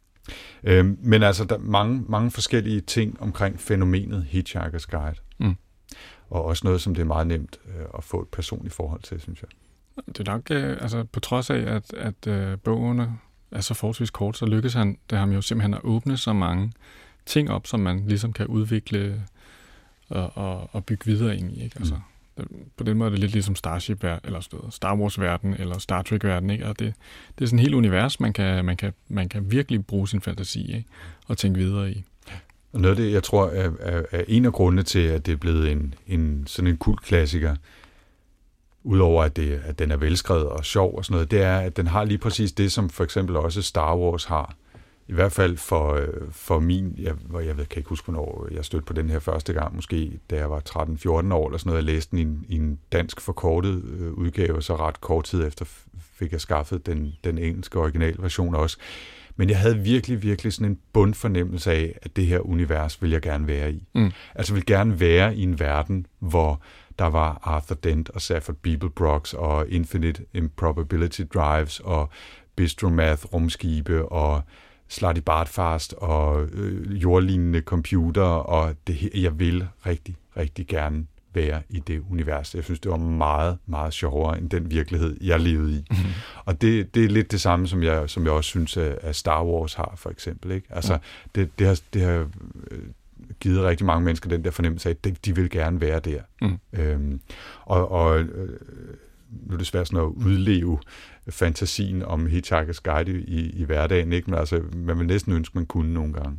Men altså, der er mange forskellige ting omkring fænomenet Hitchhiker's Guide. Og også noget, som det er meget nemt at få et personligt forhold til, synes jeg. Det er nok, på trods af, at bogerne er så forholdsvis kort, så lykkes det ham jo simpelthen at åbne så mange ting op, som man ligesom kan udvikle og bygge videre ind i. Ikke? Altså, på den måde er det lidt ligesom eller Star Wars-verden eller Star Trek-verden. Ikke? Og det er sådan et helt univers, man kan virkelig bruge sin fantasi, ikke? Og tænke videre i. Og noget af det, jeg tror, er en af grundene til, at det er blevet sådan en kultklassiker, udover at den er velskrevet og sjov og sådan noget, det er, at den har lige præcis det, som for eksempel også Star Wars har. I hvert fald for min, jeg kan ikke huske, hvornår jeg stødte på den her første gang, måske da jeg var 13-14 år eller sådan noget. Jeg læste den i en dansk forkortet udgave, så ret kort tid efter fik jeg skaffet den engelske originalversion også. Men jeg havde virkelig, virkelig sådan en bundfornemmelse af, at det her univers vil jeg gerne være i. Altså vil gerne være i en verden, hvor der var Arthur Dent og Stafford Beeblebrox og Infinite Improbability Drives og Bistromath rumskibe og Slutty Bartfast og jordlignende computer, og jeg vil rigtig, rigtig gerne være i det univers. Jeg synes, det var meget, meget sjovere end den virkelighed, jeg levede i. Og det er lidt det samme, som jeg også synes, at Star Wars har, for eksempel. Ikke? Altså, det har givet rigtig mange mennesker den der fornemmelse af, at de vil gerne være der. Nu er det svært sådan at udleve fantasien om Hitchhiker's Guide i hverdagen, ikke? Men altså, man vil næsten ønske, man kunne nogle gange.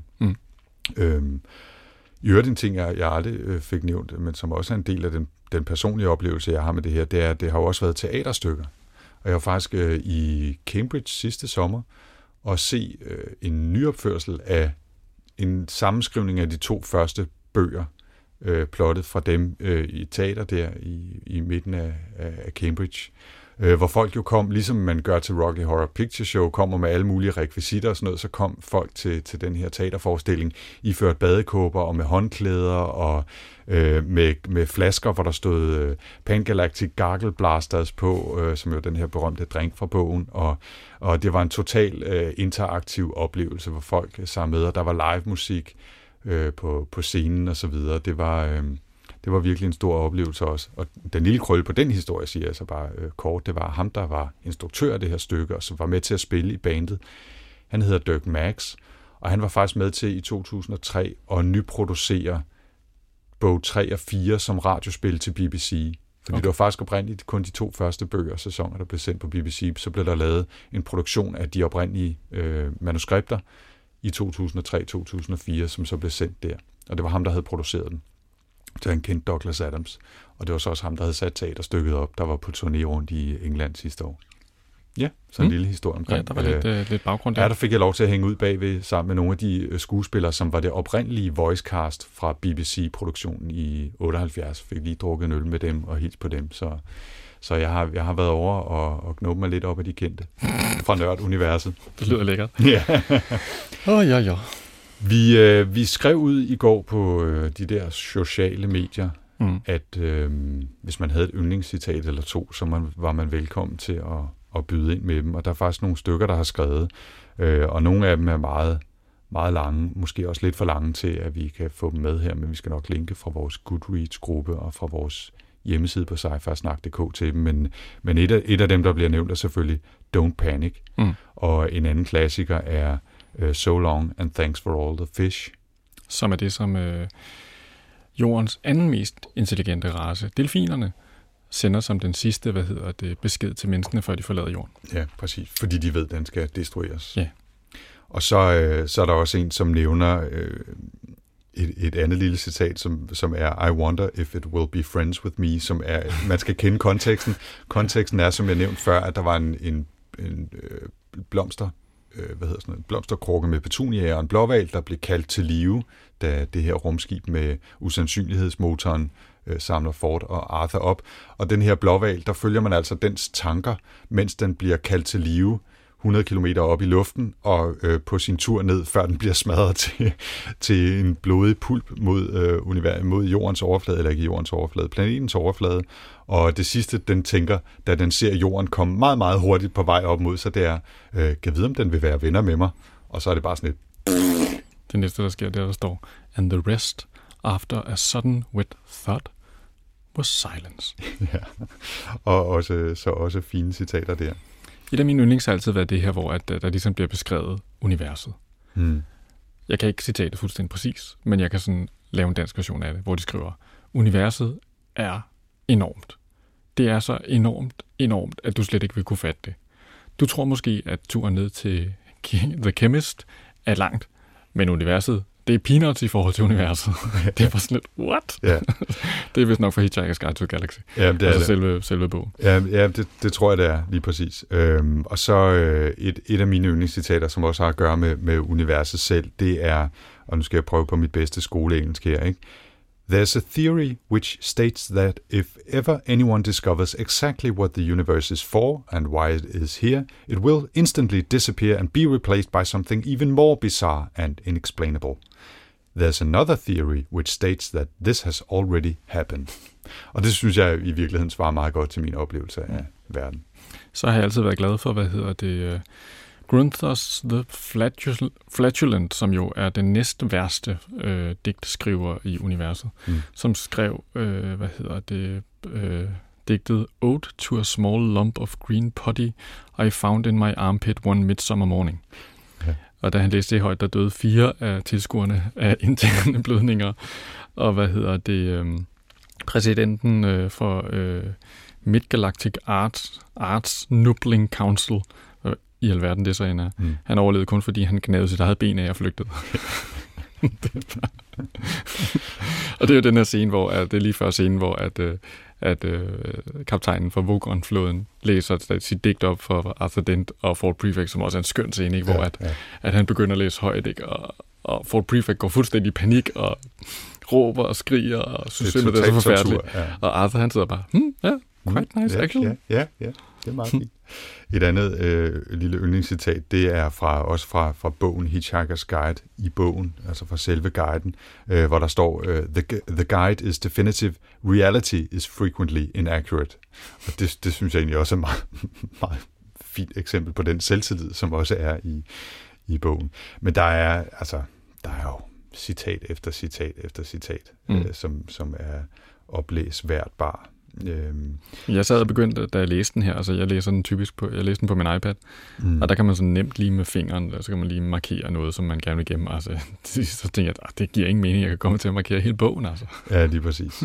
I øvrigt en ting, jeg aldrig fik nævnt, men som også er en del af den personlige oplevelse, jeg har med det her, det er, at det har jo også været teaterstykker. Og jeg var faktisk i Cambridge sidste sommer og se en nyopførsel af en sammenskrivning af de 2 første bøger, plottet fra dem i teater der i midten af Cambridge, hvor folk jo kom, ligesom man gør til Rocky Horror Picture Show, kommer med alle mulige rekvisitter og sådan noget, så kom folk til den her teaterforestilling, iført badekåber og med håndklæder og med flasker, hvor der stod Pan-Galactic Gargle Blasters på, som jo den her berømte drink fra bogen, og det var en total interaktiv oplevelse, hvor folk sang med, og der var live musik på scenen og så videre. Det var virkelig en stor oplevelse også. Og den lille krølle på den historie, siger jeg så bare kort, det var ham, der var instruktør af det her stykke, og som var med til at spille i bandet. Han hedder Dirk Maggs, og han var faktisk med til i 2003 at nyproducere bog 3 og 4 som radiospil til BBC. Fordi det var faktisk oprindeligt kun de 2 første bøger og sæsoner, der blev sendt på BBC. Så blev der lavet en produktion af de oprindelige manuskripter i 2003-2004, som så blev sendt der. Og det var ham, der havde produceret den. Så han kendte Douglas Adams. Og det var så også ham, der havde sat teaterstykket op, der var på turné rundt i England sidste år. Ja, så en lille historie omkring. Ja, der var lidt baggrund der. Ja, der fik jeg lov til at hænge ud bagved sammen med nogle af de skuespillere, som var det oprindelige voicecast fra BBC-produktionen i 78. Fik lige drukket en øl med dem og hils på dem. Så jeg har været over og knuppet mig lidt op af de kendte fra Nørd-universet. Det lyder lækkert. Ja. Ja. Vi skrev ud i går på de der sociale medier, at hvis man havde et yndlingscitat eller 2, så var man velkommen til at byde ind med dem. Og der er faktisk nogle stykker, der har skrevet, og nogle af dem er meget, meget lange, måske også lidt for lange til, at vi kan få dem med her, men vi skal nok linke fra vores Goodreads-gruppe og fra vores hjemmeside på sci-fi-snak.dk til dem. Men et af dem, der bliver nævnt, er selvfølgelig Don't Panic. Og en anden klassiker er So Long and Thanks for All the Fish. Som er det, som jordens anden mest intelligente race, delfinerne, sender som den sidste, besked til menneskene, før de forlader jorden. Ja, præcis. Fordi de ved, at den skal destrueres. Ja. Og så er der også en, som nævner et andet lille citat, som er I wonder if it will be friends with me, som er, man skal kende konteksten. Konteksten er, som jeg nævnte før, at der var en blomsterkrukke med petuniaer og en blåhval, der blev kaldt til live, da det her rumskib med usandsynlighedsmotoren samler Ford og Arthur op. Og den her blåhval, der følger man altså dens tanker, mens den bliver kaldt til live 100 km op i luften, og på sin tur ned, før den bliver smadret til en blodig pulp mod jordens overflade, eller ikke jordens overflade, planetens overflade. Og det sidste, den tænker, da den ser jorden komme meget, meget hurtigt på vej op mod sig, det er, kan jeg vide, om den vil være venner med mig? Og så er det bare sådan et... Det næste, der sker, der står, and the rest, after a sudden wet thought, was silence. Ja, og også fine citater der. Et af mine yndlings har altid været det her, hvor der ligesom bliver beskrevet universet. Jeg kan ikke citere det fuldstændig præcis, men jeg kan sådan lave en dansk version af det, hvor de skriver, universet er enormt. Det er så enormt, at du slet ikke vil kunne fatte det. Du tror måske, at turen ned til The Chemist er langt, men universet, det er peanuts i forhold til universet. Det er bare sådan lidt, what? Ja. Det er vist nok for Hitchhiker's Guide to the Galaxy. Ja, det er altså selve bogen. Ja, det tror jeg, det er lige præcis. Og så et af mine yndlingscitater, som også har at gøre med universet selv, det er, og nu skal jeg prøve på mit bedste skoleengelsk her, ikke? There's a theory which states that if ever anyone discovers exactly what the universe is for and why it is here, it will instantly disappear and be replaced by something even more bizarre and inexplainable. There's another theory which states that this has already happened. Og det synes jeg i virkeligheden svarer meget godt til min oplevelse af verden. Så har jeg altid været glad for, Grunthus the Flatulent, som jo er den næst værste digtskriver i universet, som skrev, digtet Ode to a small lump of green putty I found in my armpit one midsummer morning. Ja. Og da han læste det højt, der døde 4 af tilskuerne af interne blødninger. Og præsidenten for Mid-Galactic Arts Nubbling Council, i alverden det så end er. Han overlevede kun, fordi han knævede sit eget ben af og flygtede. Og det er jo den her scene, det er lige før scenen, hvor at kaptajnen for Vogon-flåden læser sit digt op for Arthur Dent og Fort Prefect, som også er en skøn scene, ikke? Hvor at han begynder at læse højt, ikke? Og Fort Prefect går fuldstændig i panik og råber og skriger og synes, det er så forfærdeligt. Ja. Og Arthur, han sidder bare, quite nice, actually. Ja. Det er meget fint. Et andet lille yndlingscitat, det er også fra bogen Hitchhiker's Guide i bogen, altså fra selve guiden, hvor der står, the guide is definitive, reality is frequently inaccurate. Og det synes jeg egentlig også er meget, meget fint eksempel på den selvtillid, som også er i bogen. Men der er jo citat efter citat efter citat, som er oplæsværtbar. Jeg sad og begyndte, da jeg læste den her, altså jeg læser den typisk jeg læste den på min iPad, og der kan man sådan nemt lige med fingeren, og så kan man lige markere noget, som man gerne vil gemme. Altså, så tænker jeg, at det giver ingen mening, jeg kan komme til at markere hele bogen. Altså. Ja, lige præcis.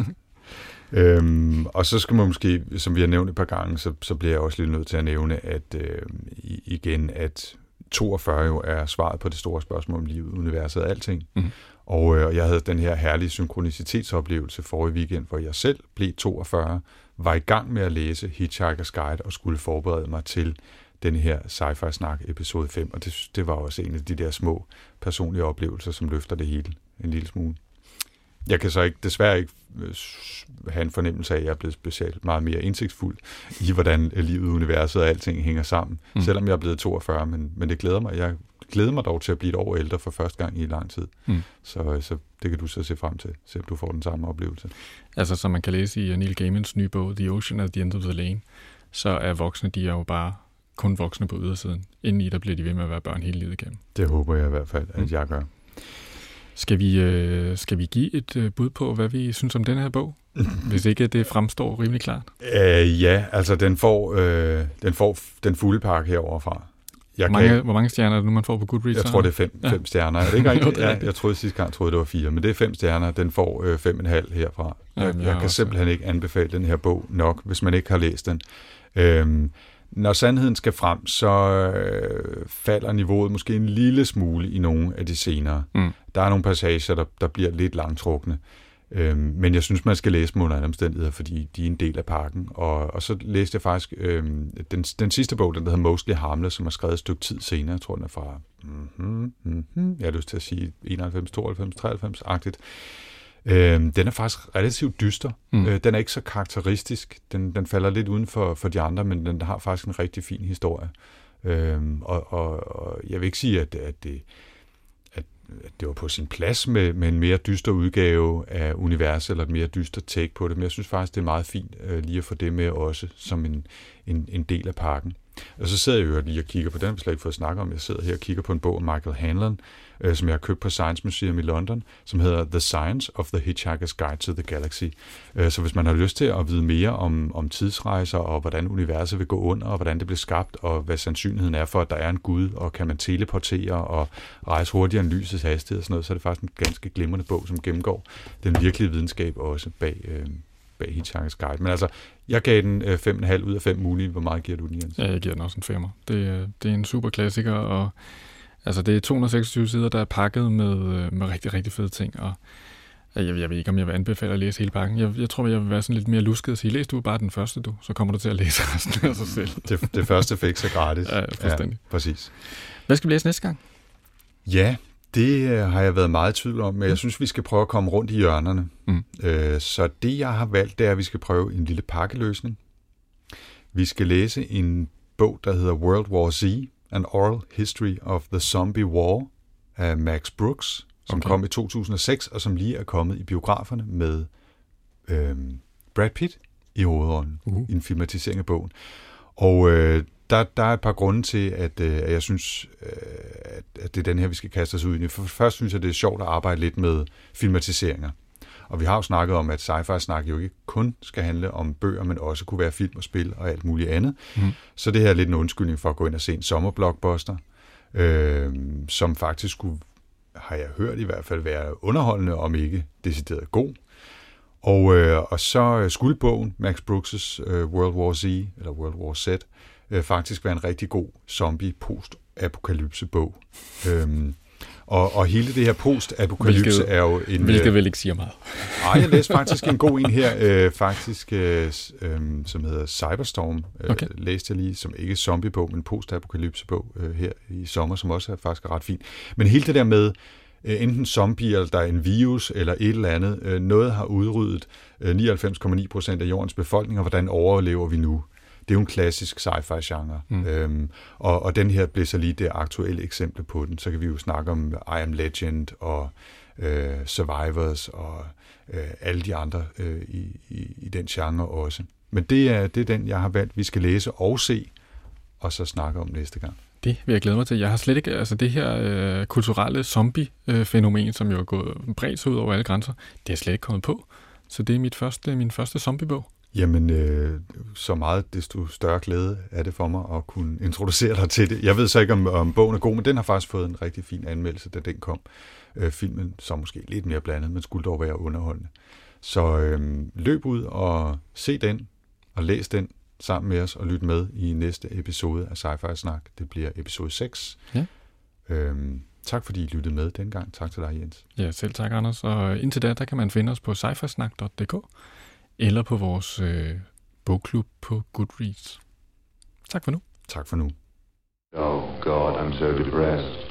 Og så skal man måske, som vi har nævnt et par gange, så bliver jeg også lidt nødt til at nævne, at igen, at 42 jo er svaret på det store spørgsmål om livet, universet og alting. Og jeg havde den her herlige synchronicitetsoplevelse forrige weekend, hvor jeg selv blev 42, var i gang med at læse Hitchhiker's Guide og skulle forberede mig til den her sci-fi snak episode 5, og det var også en af de der små personlige oplevelser, som løfter det hele en lille smule. Jeg kan så desværre ikke have en fornemmelse af, at jeg er blevet specielt meget mere indsigtsfuld i, hvordan livet, universet og alting hænger sammen, selvom jeg er blevet 42, men det glæder mig. Jeg glæder mig dog til at blive et år ældre for første gang i lang tid. Så det kan du så se frem til, selvom du får den samme oplevelse. Altså, som man kan læse i Neil Gaimans nye bog, The Ocean at the End of the Lane, så er voksne, de er jo bare kun voksne på ydersiden. Inden i, der bliver de ved med at være børn hele livet igennem. Det håber jeg i hvert fald, at jeg gør. Skal vi give et bud på, hvad vi synes om den her bog? Hvis ikke det fremstår rimelig klart? Ja, altså den får den fulde pakke heroverfra. Hvor mange stjerner er det nu, man får på Goodreads? Jeg tror, det er 5 stjerner. Er det ikke rigtigt? Ja, jeg troede sidste gang, det var 4, men det er 5 stjerner. Den får 5,5 herfra. Jeg kan simpelthen ikke anbefale den her bog nok, hvis man ikke har læst den. Når sandheden skal frem, så falder niveauet måske en lille smule i nogle af de senere. Der er nogle passager, der bliver lidt langtrukne. Men jeg synes, man skal læse dem under andre omstændigheder, fordi de er en del af pakken. Og så læste jeg faktisk den sidste bog, den der hedder Mostly Harmless, som er skrevet et stykke tid senere. Jeg tror, den er fra, jeg har lyst til at sige 91, 92, 93-agtigt. Den er faktisk relativt dyster. Den er ikke så karakteristisk. Den falder lidt uden for de andre, men den har faktisk en rigtig fin historie. Og jeg vil ikke sige, at det var på sin plads med en mere dyster udgave af universet, eller et mere dyster take på det, men jeg synes faktisk, det er meget fint lige at få det med også som en del af pakken. Og så sidder jeg jo lige og kigger på den, vi slet ikke fået snakket om. Jeg sidder her og kigger på en bog af Michael Hanlon, som jeg har købt på Science Museum i London, som hedder The Science of the Hitchhiker's Guide to the Galaxy. Så hvis man har lyst til at vide mere om tidsrejser, og hvordan universet vil gå under, og hvordan det bliver skabt, og hvad sandsynligheden er for, at der er en gud, og kan man teleportere og rejse hurtigere end lysets hastighed og sådan noget, så er det faktisk en ganske glimrende bog, som gennemgår den virkelige videnskab også bag Hitchhiker's Guide. Men altså, jeg gav den 5,5 ud af 5 mulige. Hvor meget giver du den, Jens? Ja, jeg giver den også en 5'er. Det er en super klassiker, og altså, det er 226 sider, der er pakket med rigtig, rigtig fede ting, og jeg ved ikke, om jeg vil anbefale at læse hele pakken. Jeg tror, jeg vil være sådan lidt mere lusket og sige, læs du bare den første, så kommer du til at læse resten af sig selv. Det første fix er gratis. Ja, fuldstændig. Ja, præcis. Hvad skal vi læse næste gang? Ja, det har jeg været meget i tvivl om, men jeg synes, vi skal prøve at komme rundt i hjørnerne. Så det, jeg har valgt, det er, at vi skal prøve en lille pakkeløsning. Vi skal læse en bog, der hedder World War Z, An Oral History of the Zombie War af Max Brooks, som kom i 2006, og som lige er kommet i biograferne med Brad Pitt i hovedrollen i en filmatisering af bogen. Og der er et par grunde til, at jeg synes, at det er den her, vi skal kaste os ud i. For først synes jeg, det er sjovt at arbejde lidt med filmatiseringer. Og vi har jo snakket om, at sci-fi-snak jo ikke kun skal handle om bøger, men også kunne være film og spil og alt muligt andet. Så det her er lidt en undskyldning for at gå ind og se en sommerblockbuster, som faktisk skulle, har jeg hørt i hvert fald, være underholdende, om ikke decideret god. Og så skulle bogen, Max Brooks' World War Z, eller World War Z, faktisk være en rigtig god zombie-post-apokalypse-bog. Og hele det her post-apokalypse er jo en... Hvilket vel ikke siger meget. Nej, jeg læste faktisk en god en her, som hedder Cyberstorm. Læste jeg lige, som ikke zombie-bog, men post-apokalypse-bog her i sommer, som også er faktisk ret fint. Men hele det der med enten zombie, eller der er en virus, eller et eller andet, noget har udryddet 99,9% af jordens befolkning, og hvordan overlever vi nu? Det er jo en klassisk sci-fi-genre. Og den her bliver så lige det aktuelle eksempel på den. Så kan vi jo snakke om I Am Legend og Survivors og alle de andre i den genre også. Men det er den, jeg har valgt, vi skal læse og se, og så snakke om næste gang. Det vil jeg glæde mig til. Jeg har slet ikke, altså det her kulturelle zombie-fænomen, som jo er gået bredt ud over alle grænser, det er slet ikke kommet på. Så det er min første zombiebog. Jamen, så meget, desto større glæde er det for mig at kunne introducere dig til det. Jeg ved så ikke, om bogen er god, men den har faktisk fået en rigtig fin anmeldelse, da den kom. Filmen så måske lidt mere blandet, men skulle dog være underholdende. Så løb ud og se den, og læs den sammen med os, og lyt med i næste episode af Sci-Fi Snak. Det bliver episode 6. Ja. Tak fordi I lyttede med dengang. Tak til dig, Jens. Ja, selv tak, Anders. Og indtil da, der kan man finde os på sci-fi-snak.dk eller på vores bogklub på Goodreads. Tak for nu. Tak for nu. Oh God, I'm so depressed.